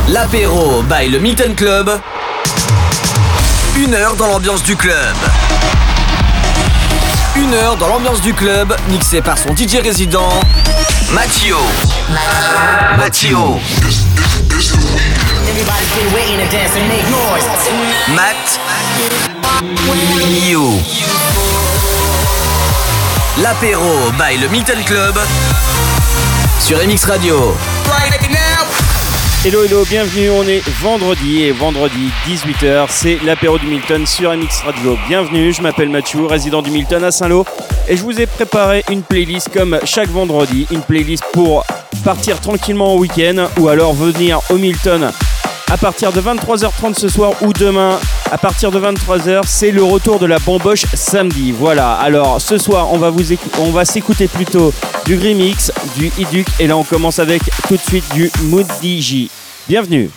L'apéro by le Milton Club. 1 heure dans l'ambiance du club. 1 heure dans l'ambiance du club, mixé par son DJ résident, Mattio. Matt. You. L'apéro by le Milton Club sur MX Radio. Hello, bienvenue, on est vendredi et vendredi 18h, c'est l'apéro du Milton sur MX Radio. Bienvenue, je m'appelle Mathieu, résident du Milton à Saint-Lô et je vous ai préparé une playlist comme chaque vendredi, une playlist pour partir tranquillement au week-end ou alors venir au Milton à partir de 23h30 ce soir ou demain à partir de 23h, c'est le retour de la bamboche samedi. Voilà, alors ce soir on va s'écouter plutôt du Grimix, du Iduk et là on commence avec tout de suite du Moody J. Bienvenue.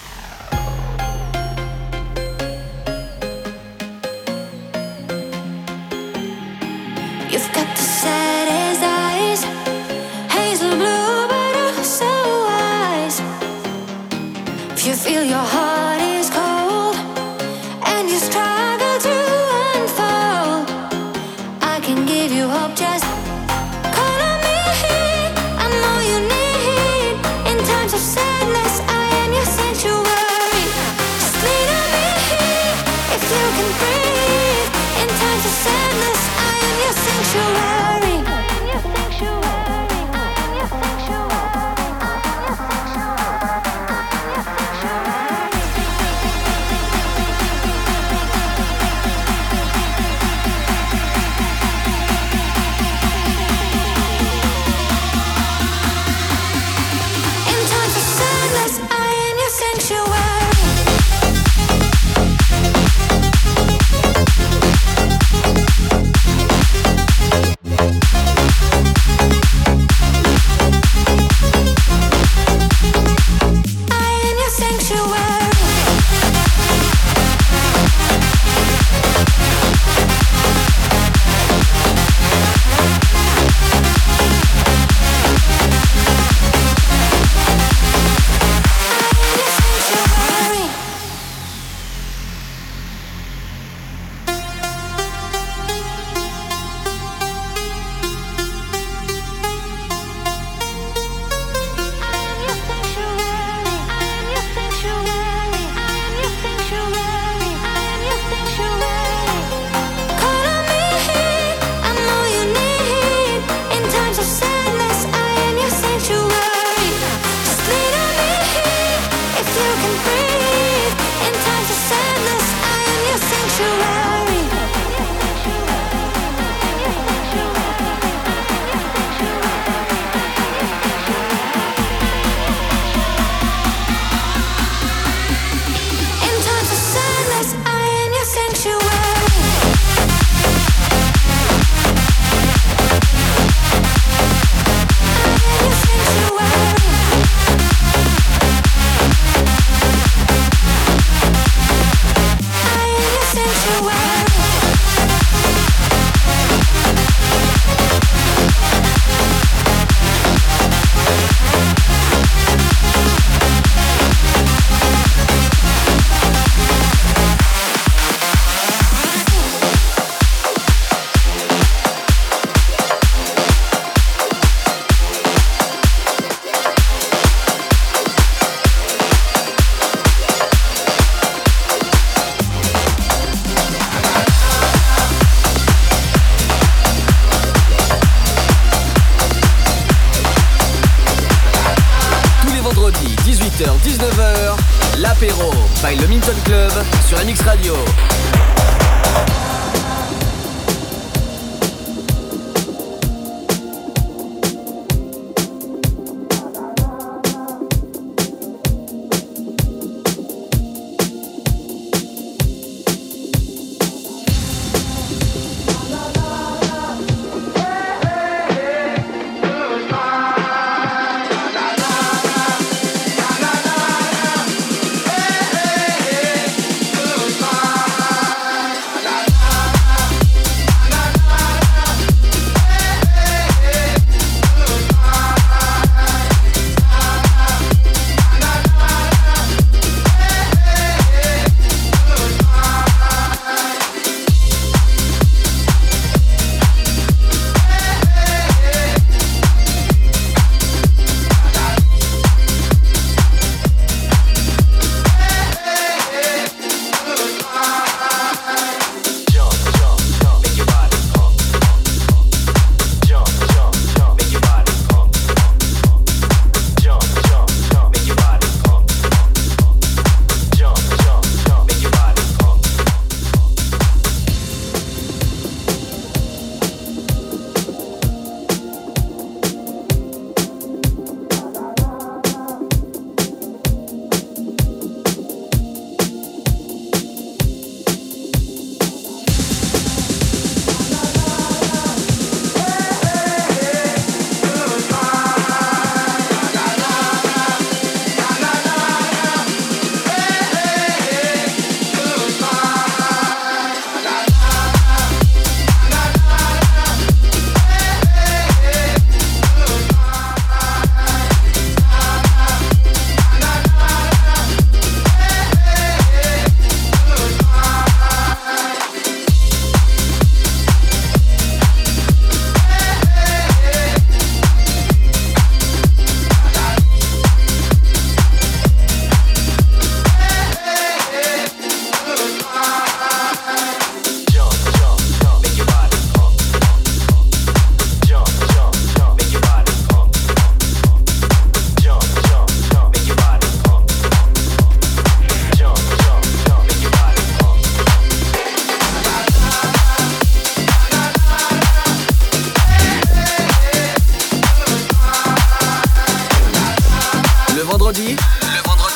L'apéro by le Milton Club sur MX Radio.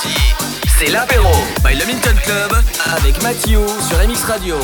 vendredi, c'est l'apéro by le Milton Club avec Mathieu sur MX Radio.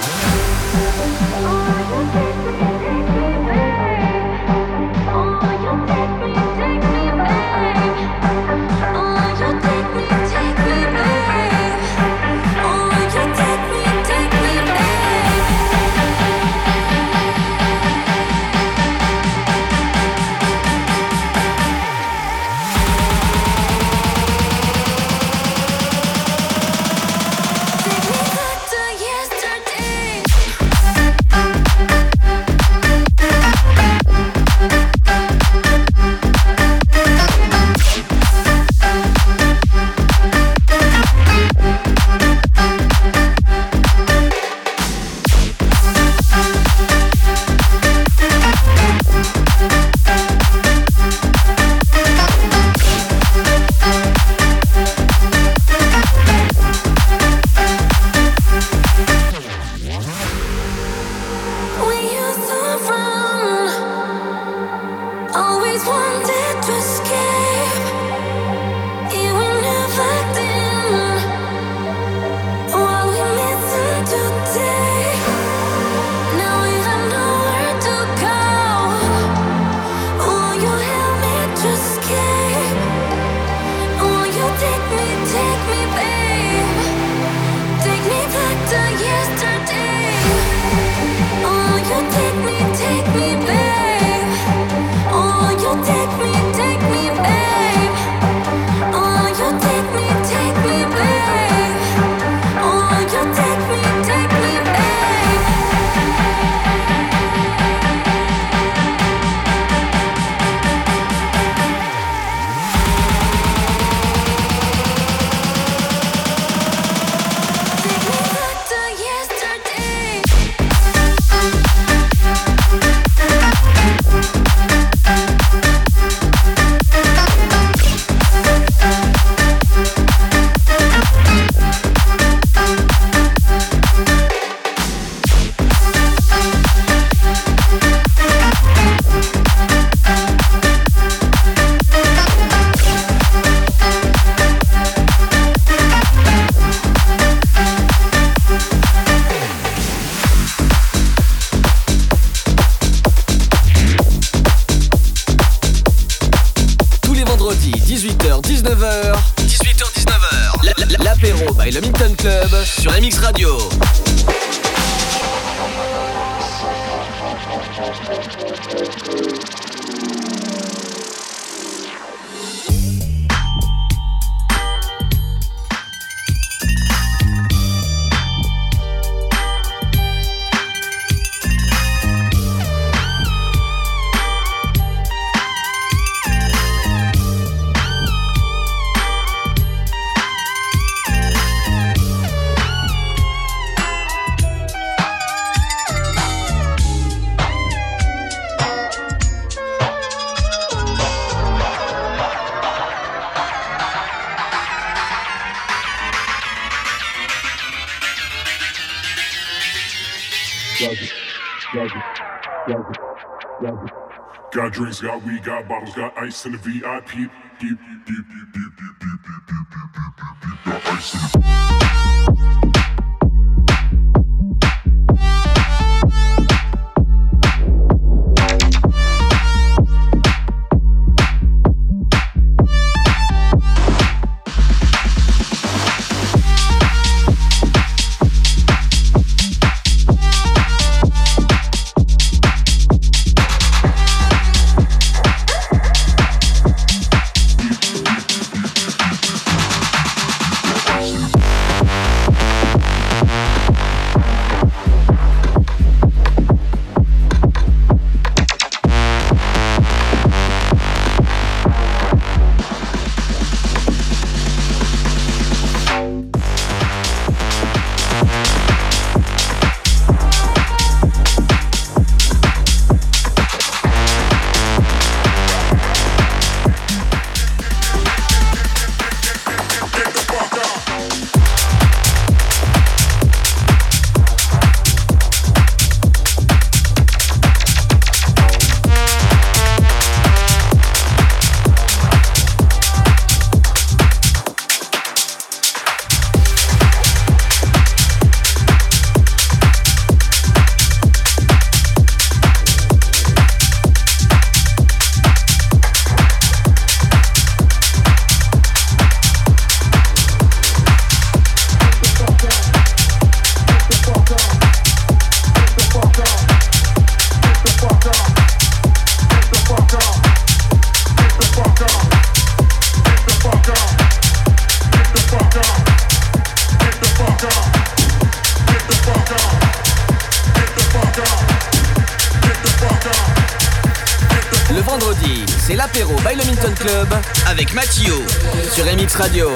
L'apéro by le Milton Club sur MX Radio. Got drinks, got weed, got bottles, got ice in the VIP. Got ice in the ice in the l'apéro by le Milton Club avec Mathieu sur MX Radio.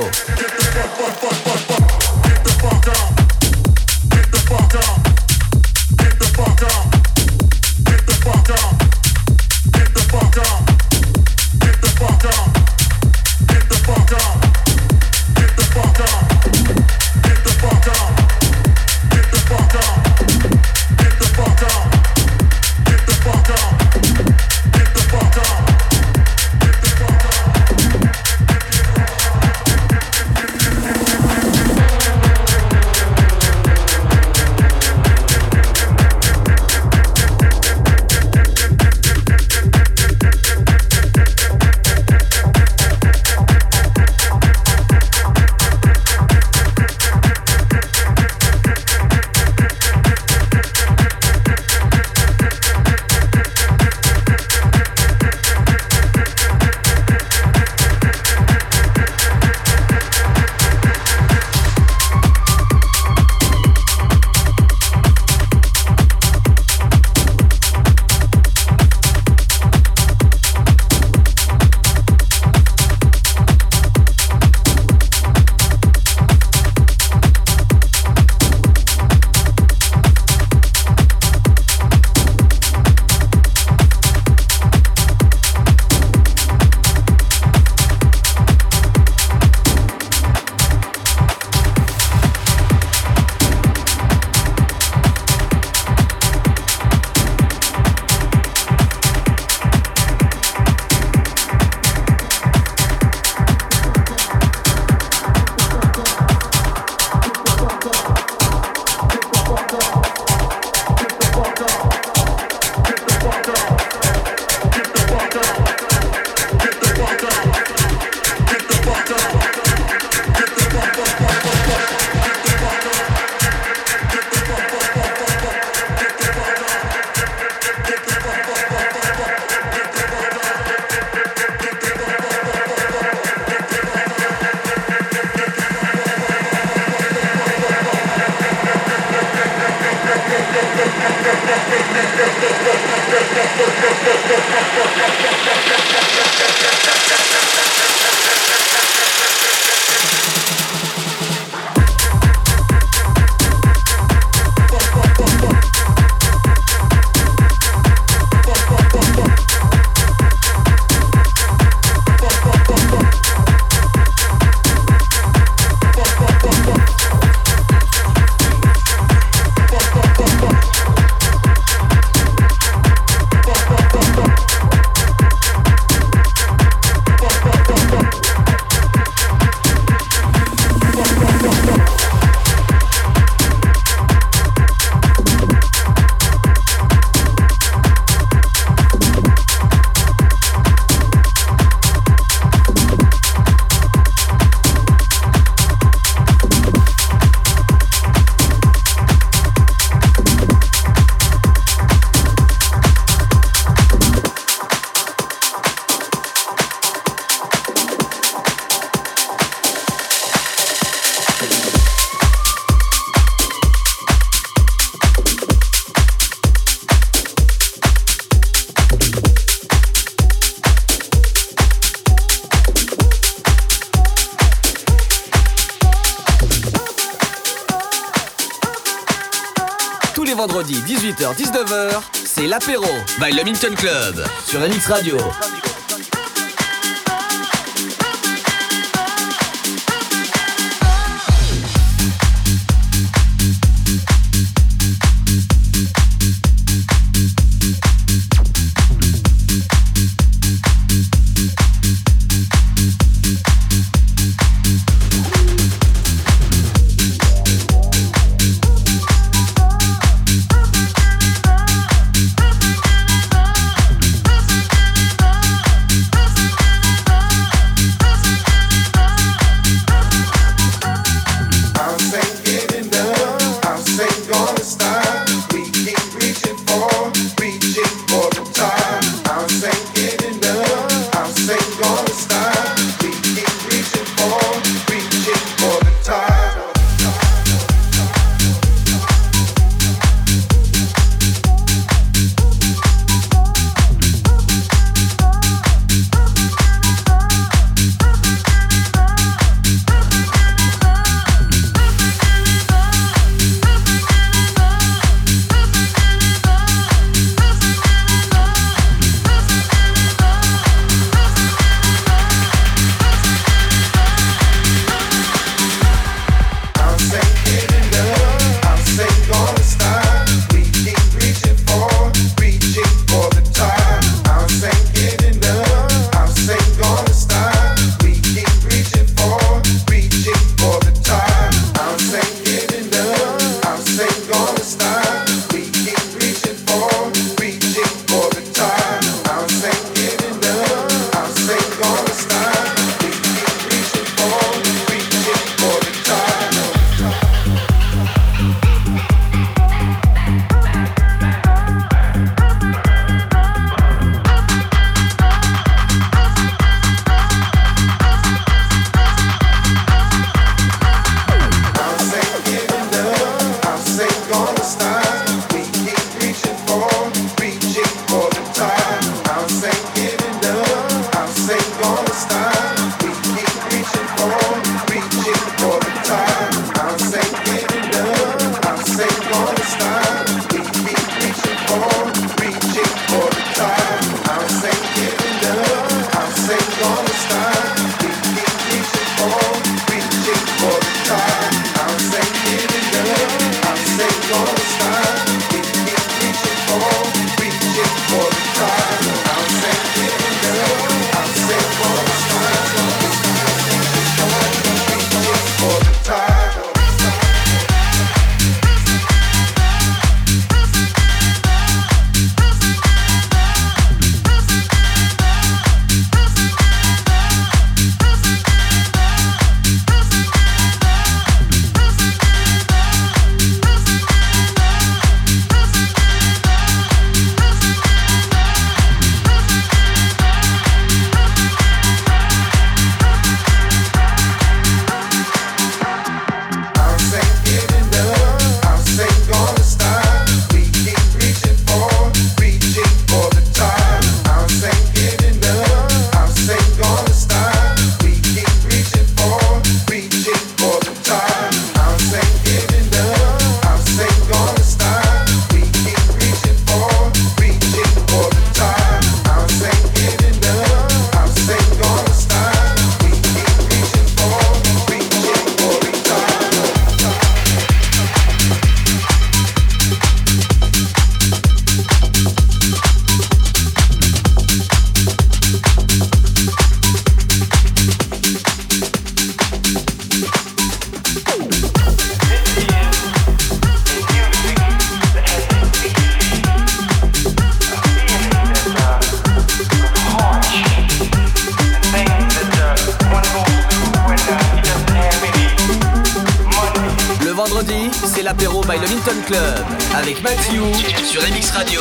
Vendredi 18h-19h, c'est l'apéro by le Milton Club sur MX Radio. vendredis, c'est l'apéro by le Minton Club avec Mathieu sur MX Radio.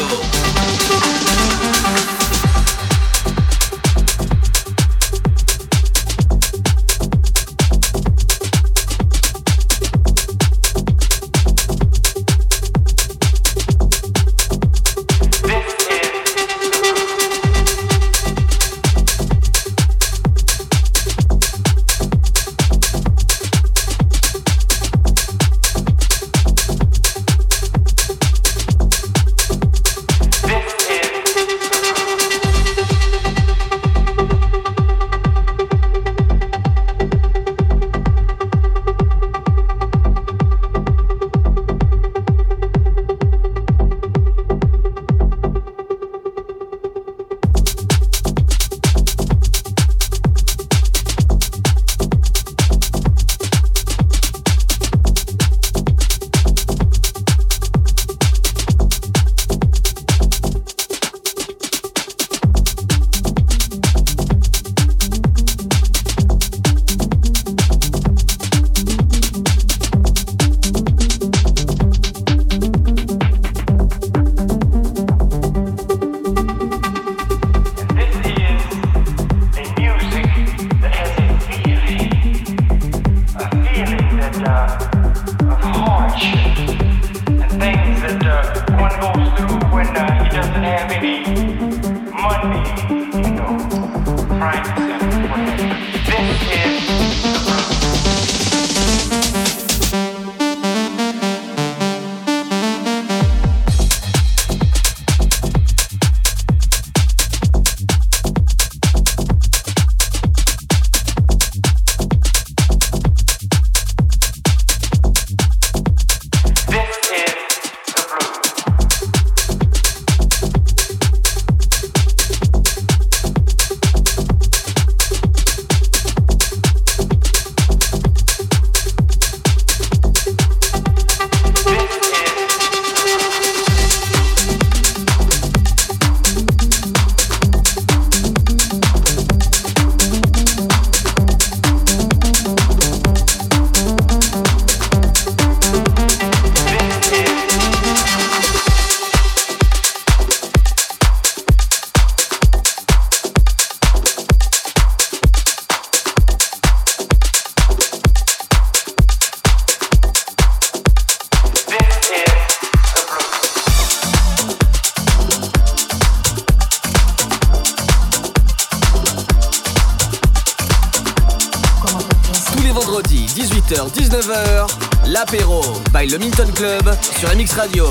Vendredi 18h-19h, l'apéro by le Minton Club sur MX Radio.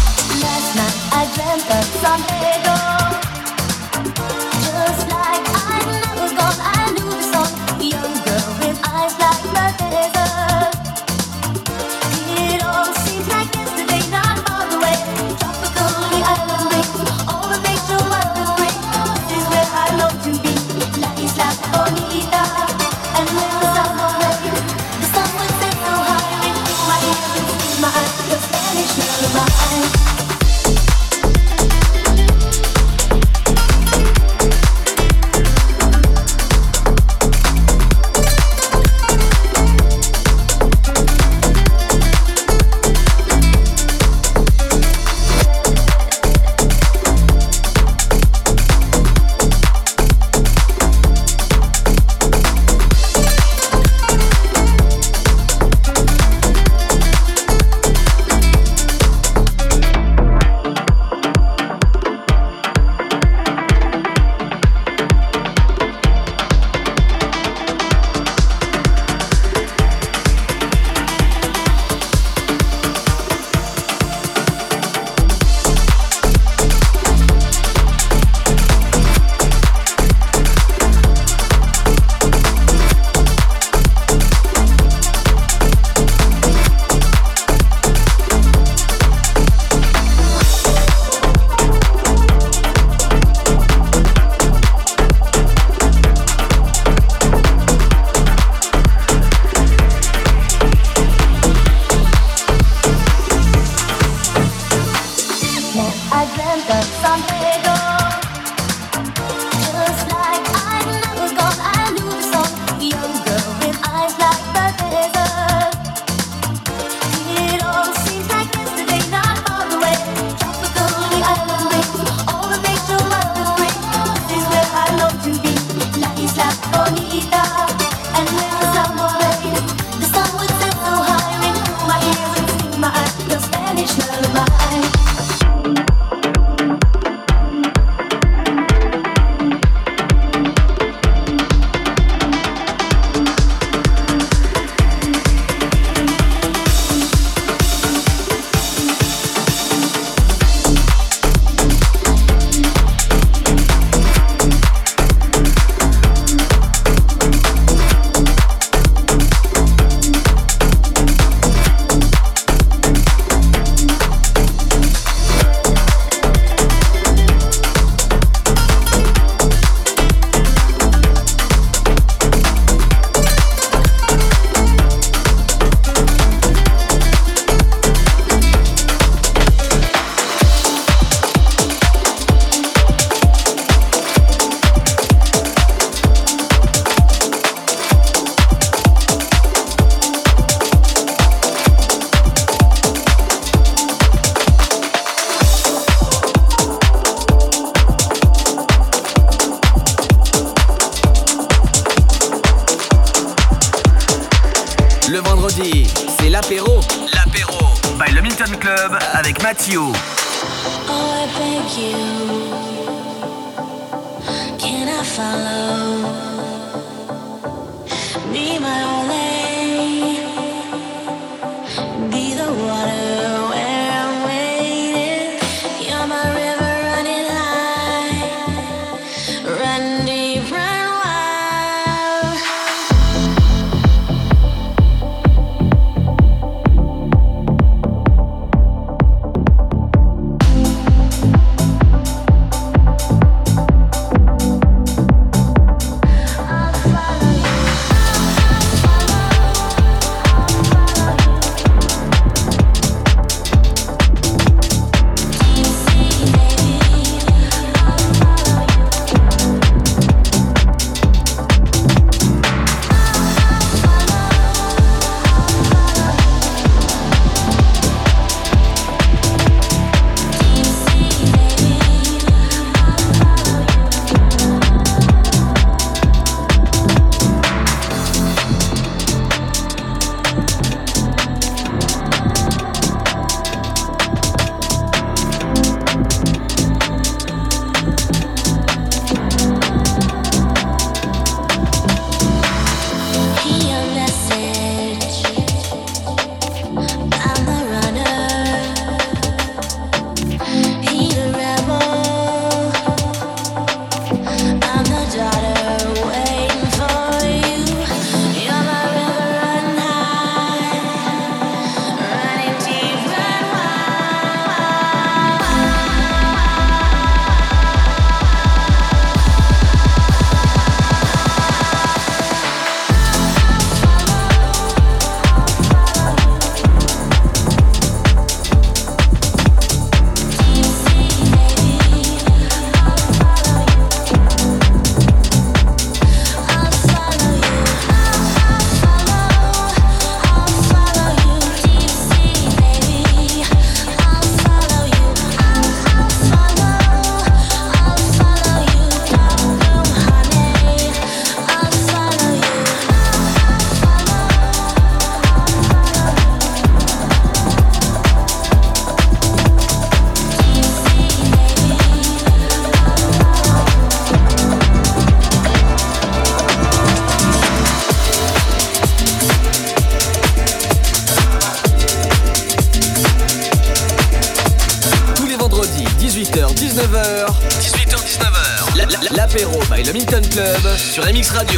Last night I dreamt of San Pedro. Just like I never gone, I knew the song. Young girl with eyes like the desert. It all seems like yesterday, not far away. Tropical, the island rings, all the nature wonders bring. This is where I long to be, La Isla Bonita. And when the sun will rain, the sun will set so high. And in my ear and in my eyes, the Spanish lullaby. Le vendredi, c'est l'apéro. L'apéro by le Milton Club avec Mathieu. Oh, I beg you, can I follow? Be my only, be the water where I'm waiting. You're my river running high, run deep, run wild. L'apéro by le Milton Club sur MX Radio.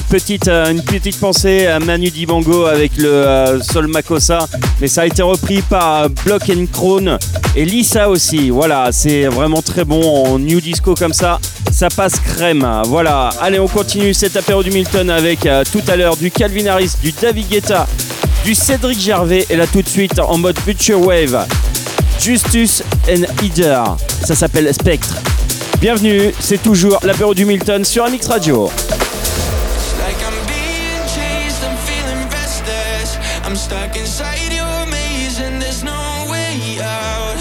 Une petite pensée à Manu Dibango avec le Sol Makossa, mais ça a été repris par Block and Crown et Lisa aussi. Voilà, c'est vraiment très bon en new disco comme ça passe crème. Voilà, allez, on continue cet apéro du Milton avec tout à l'heure du Calvin Harris, du David Guetta, du Cédric Gervais, et là tout de suite en mode Future Wave, Justus and Heather, ça s'appelle Spectre. Bienvenue, c'est toujours l'apéro du Milton sur MX Radio. I'm stuck inside your maze and there's no way out.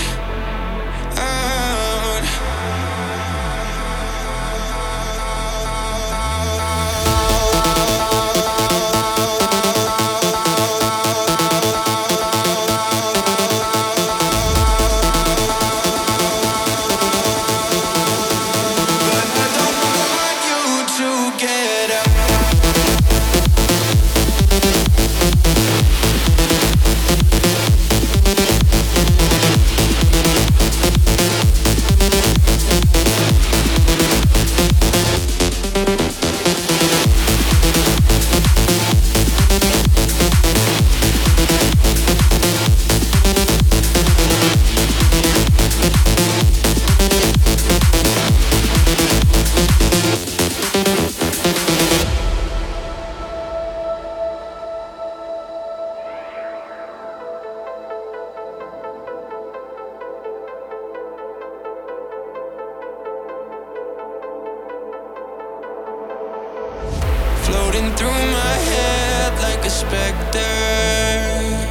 Floating through my head like a specter.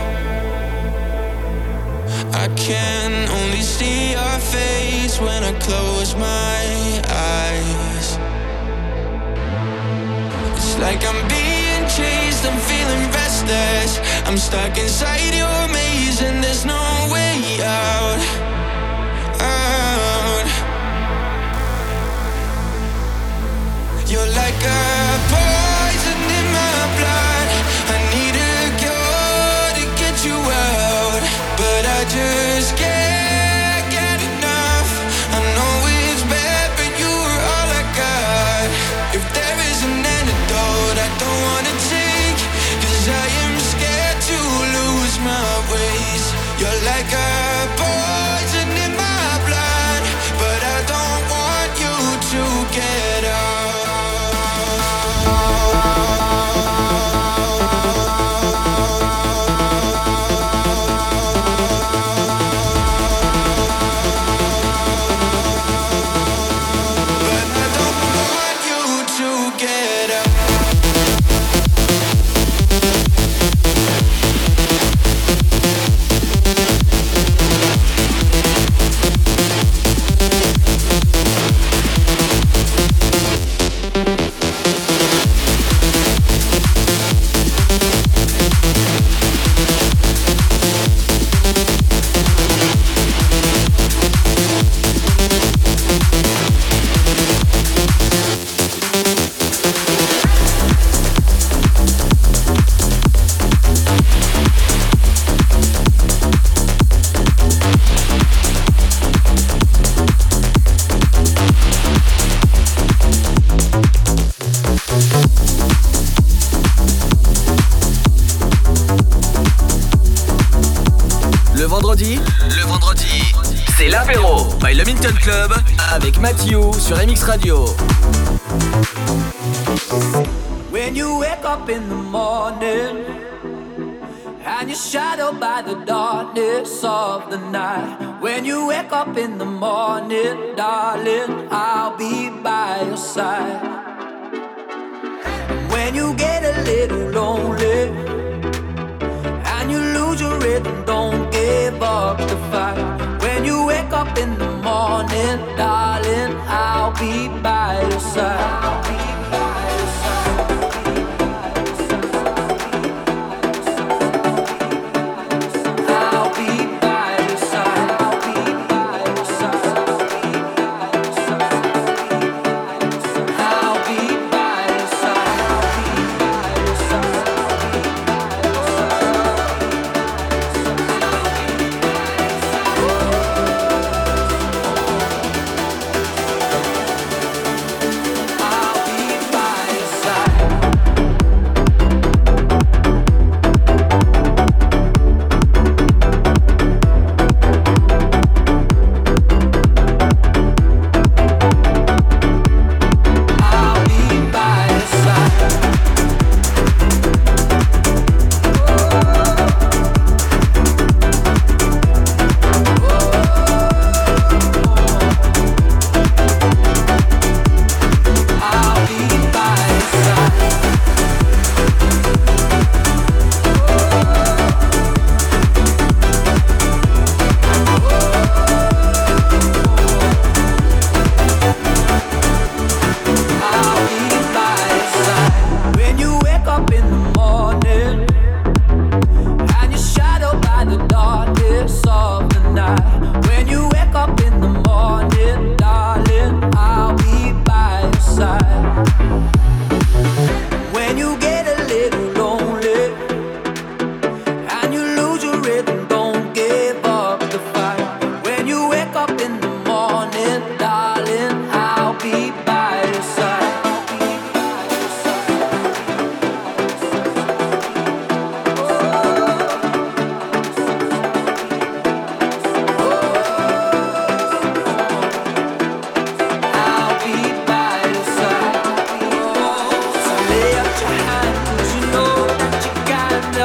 I can only see your face when I close my eyes. It's like I'm being chased, I'm feeling restless. I'm stuck inside your maze and there's no way out. You're like a poison in my blood. I need a cure to get you out, but I just can't get enough. I know it's bad, but you were all I got. If there is an antidote I don't wanna take, 'cause I am scared to lose my ways. You're like a poison in my blood, but I don't want you to get out. Le vendredi, c'est l'apéro by le Milton Club avec Mathieu sur MX Radio. When you wake up in the morning and you're shadowed by the darkness of the night. When you wake up in the morning, darling, I'll be by your side. When you get a little lonely and you lose your rhythm, don't give up the fight. When you wake up in the morning, darling, I'll be by your side. I'll be by your side. I'll be by your side. I'll be by your side. I'll be by your side. I'll be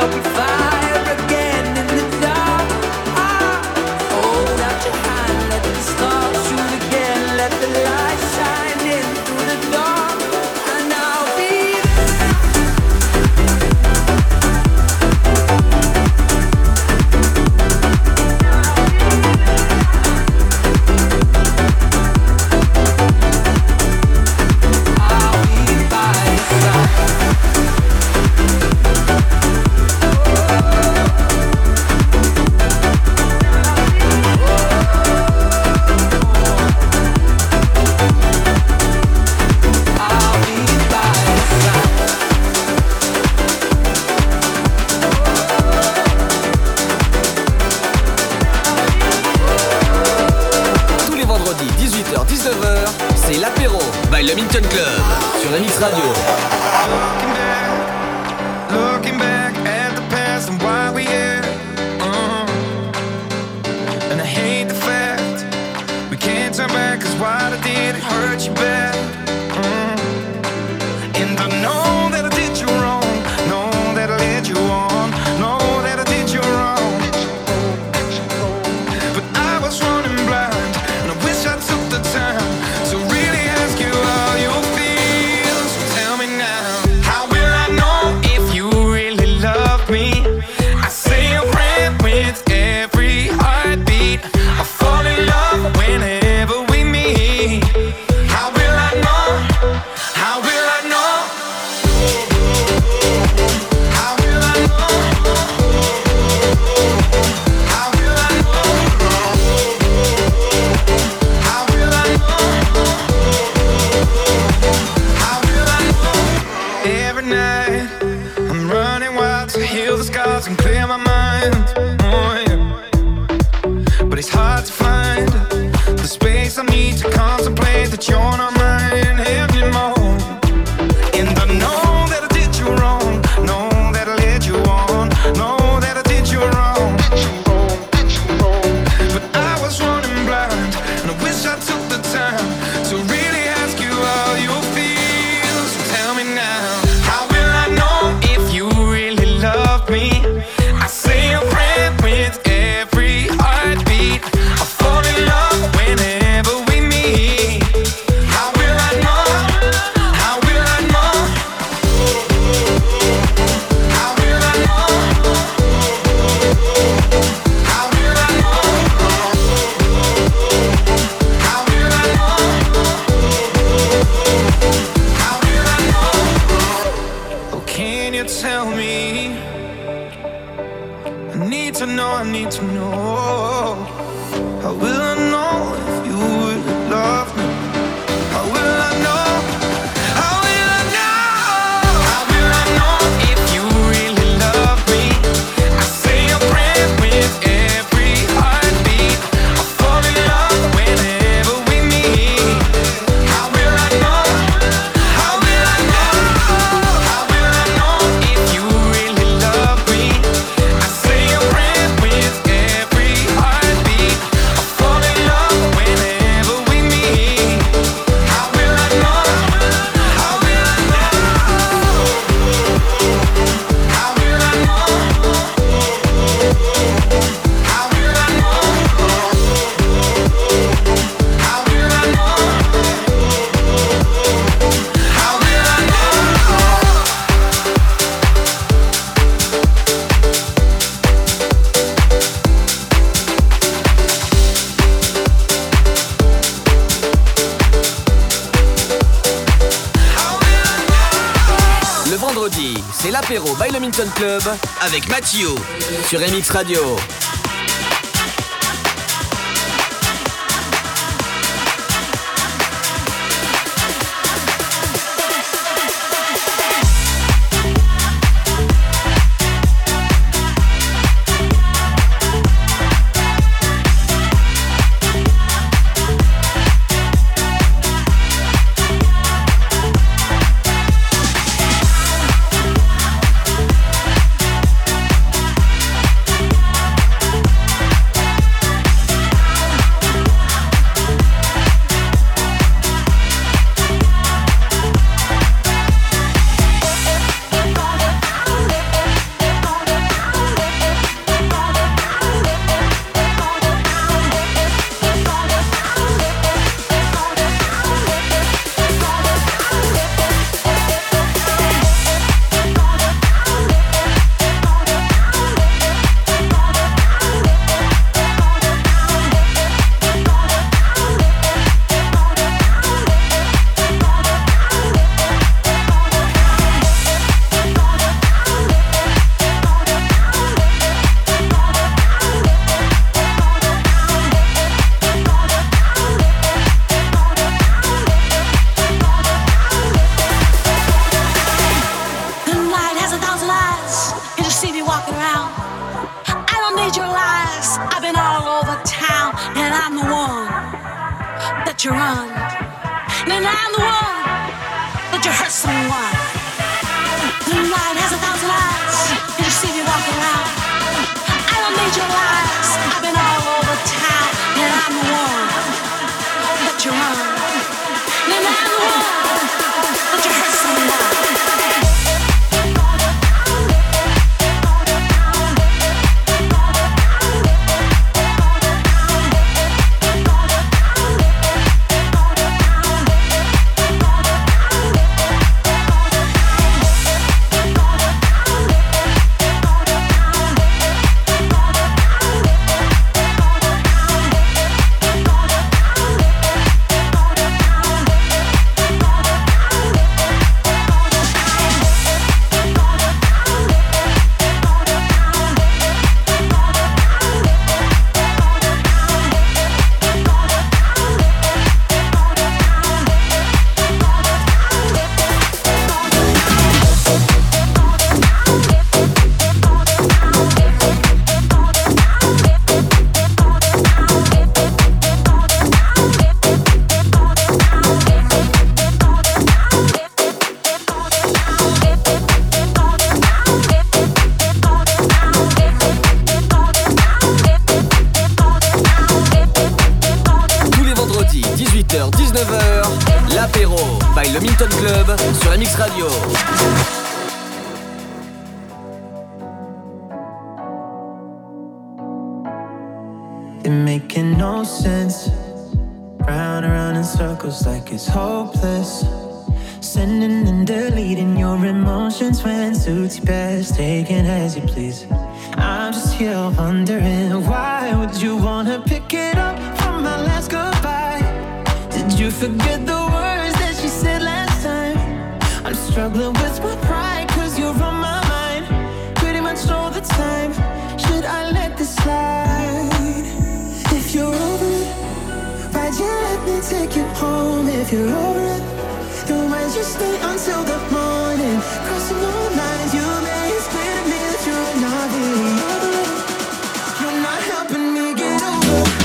c'est l'apéro by le Minton Club avec Mathieu sur MX Radio. that you run. And I'm the one that you hurt someone. The night has 1,000 eyes, and you see me walking around. I don't need your lies. I've been all over town, and I'm the one that you run. And I'm the one that you hurt someone. Radio. It making no sense. Round and round in circles like it's hopeless. Sending and deleting your emotions when suits you best. Take it as you please. I'm just here wondering, why would you wanna pick it up from my last goodbye? Did you forget the words that she said last time? I'm struggling with my pride, cause you're on my mind pretty much all the time. Should I let this slide? If you're over it, why'd you let me take you home? If you're over it, then why'd you stay until the morning? Crossing all lines you made, it's clear to me that you're not really over it. You're not helping me get over it.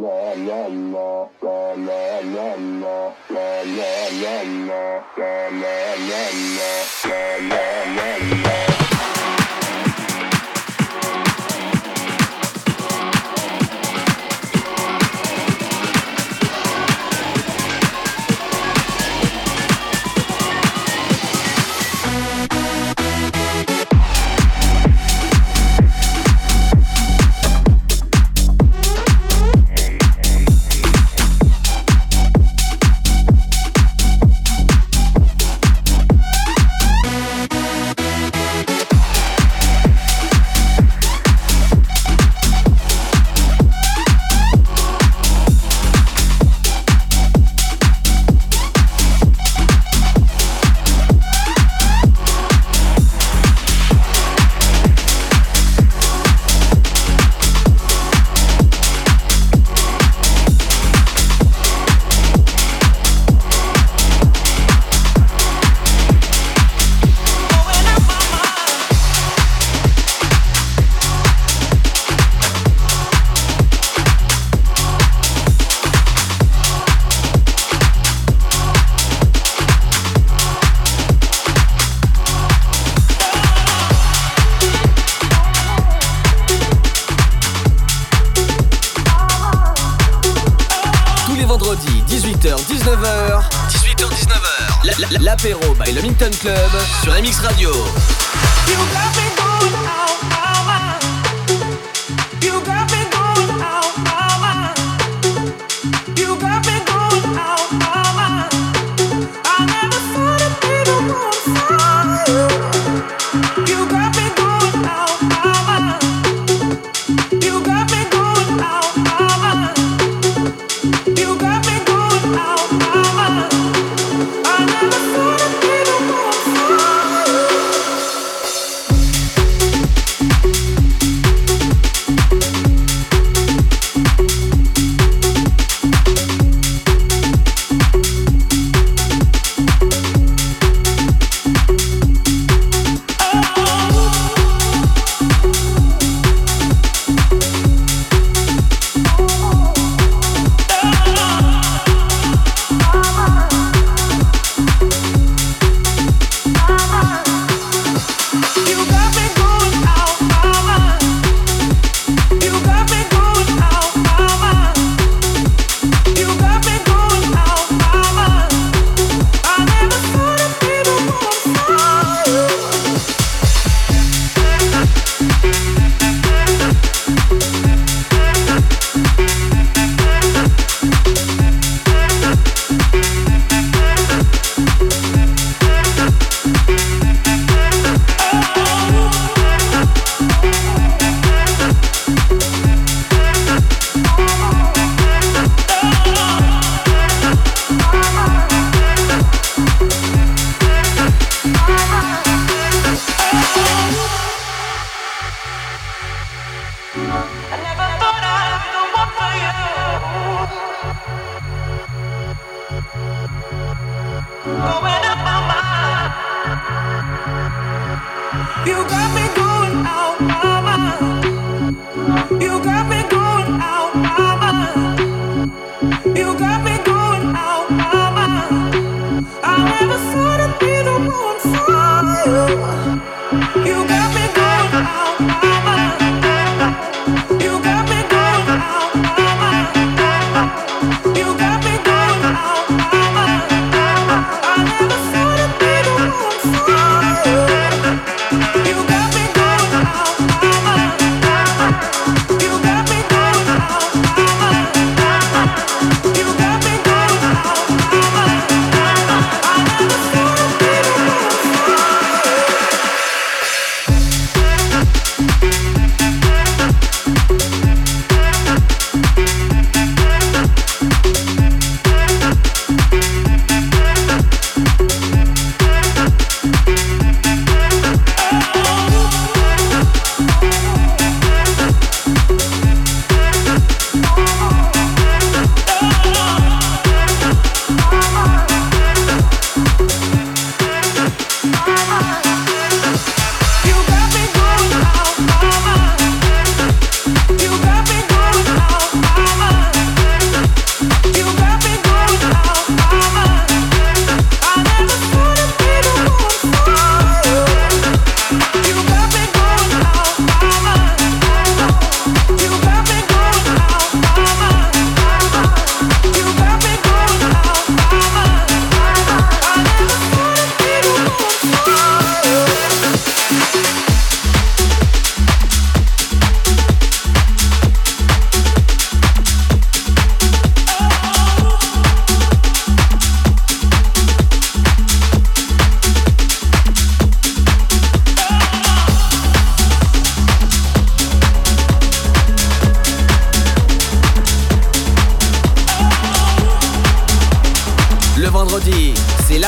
L'apéro by le Minton Club sur MX Radio.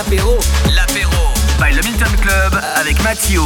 l'apéro by le Milton Club avec Mathieu.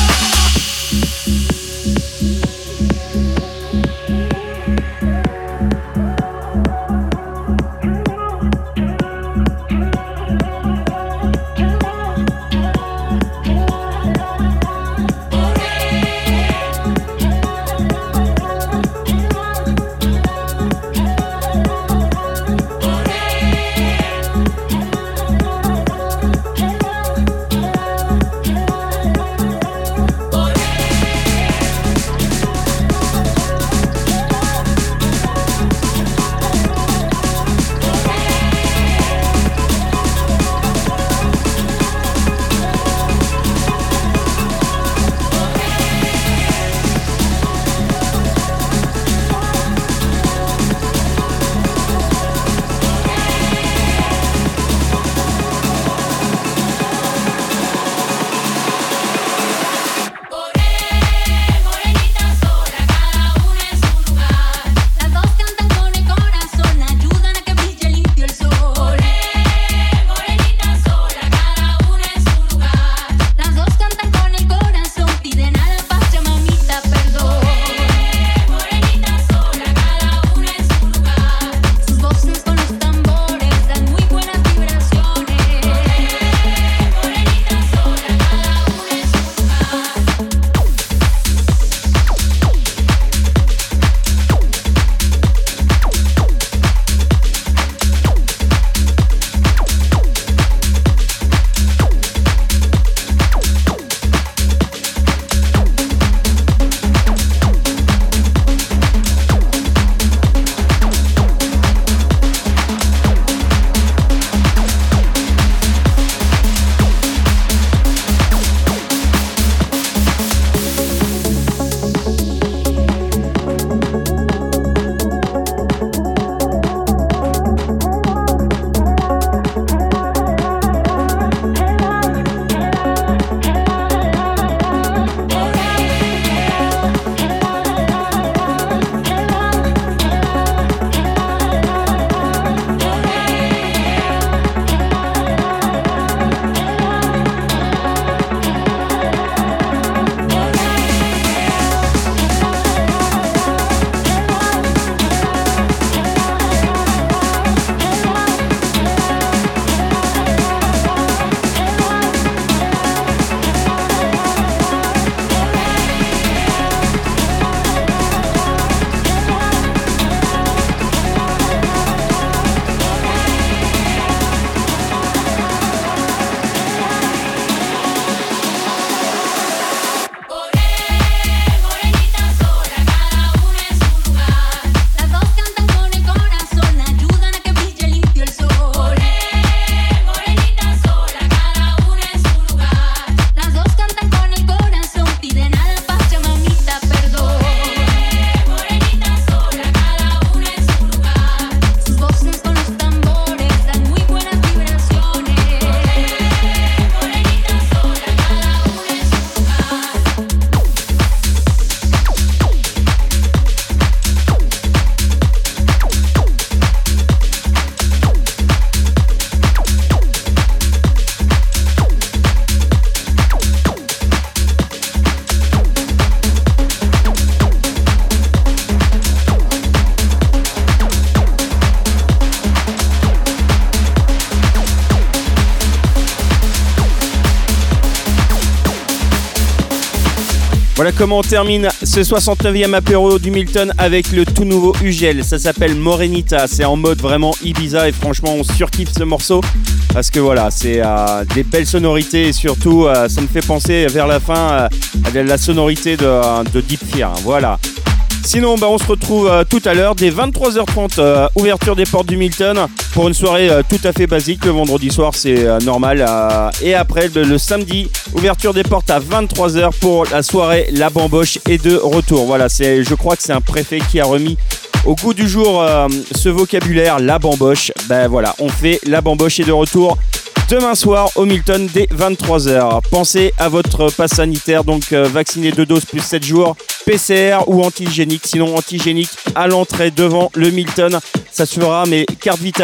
Voilà comment on termine ce 69e apéro du Milton avec le tout nouveau Ugel. Ça s'appelle Morenita. C'est en mode vraiment Ibiza et franchement on surkiffe ce morceau parce que voilà, c'est des belles sonorités et surtout ça me fait penser vers la fin à la sonorité de Deep Fear. Voilà. Sinon, on se retrouve tout à l'heure dès 23h30, ouverture des portes du Milton pour une soirée tout à fait basique. Le vendredi soir, c'est normal. Et après, le samedi, ouverture des portes à 23h pour la soirée La Bamboche est de retour. Voilà, je crois que c'est un préfet qui a remis au goût du jour ce vocabulaire, La Bamboche. Ben voilà, on fait La Bamboche est de retour demain soir au Milton dès 23h. Pensez à votre passe sanitaire, donc vacciné 2 doses plus 7 jours, PCR ou antigénique. Sinon antigénique à l'entrée devant le Milton, ça se fera, mais carte vitale.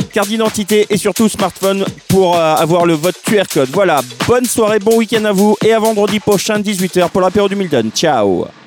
carte d'identité et surtout smartphone pour avoir le vote QR code. Voilà, bonne soirée, bon week-end à vous et à vendredi prochain 18h pour l'apéro du Milton. Ciao.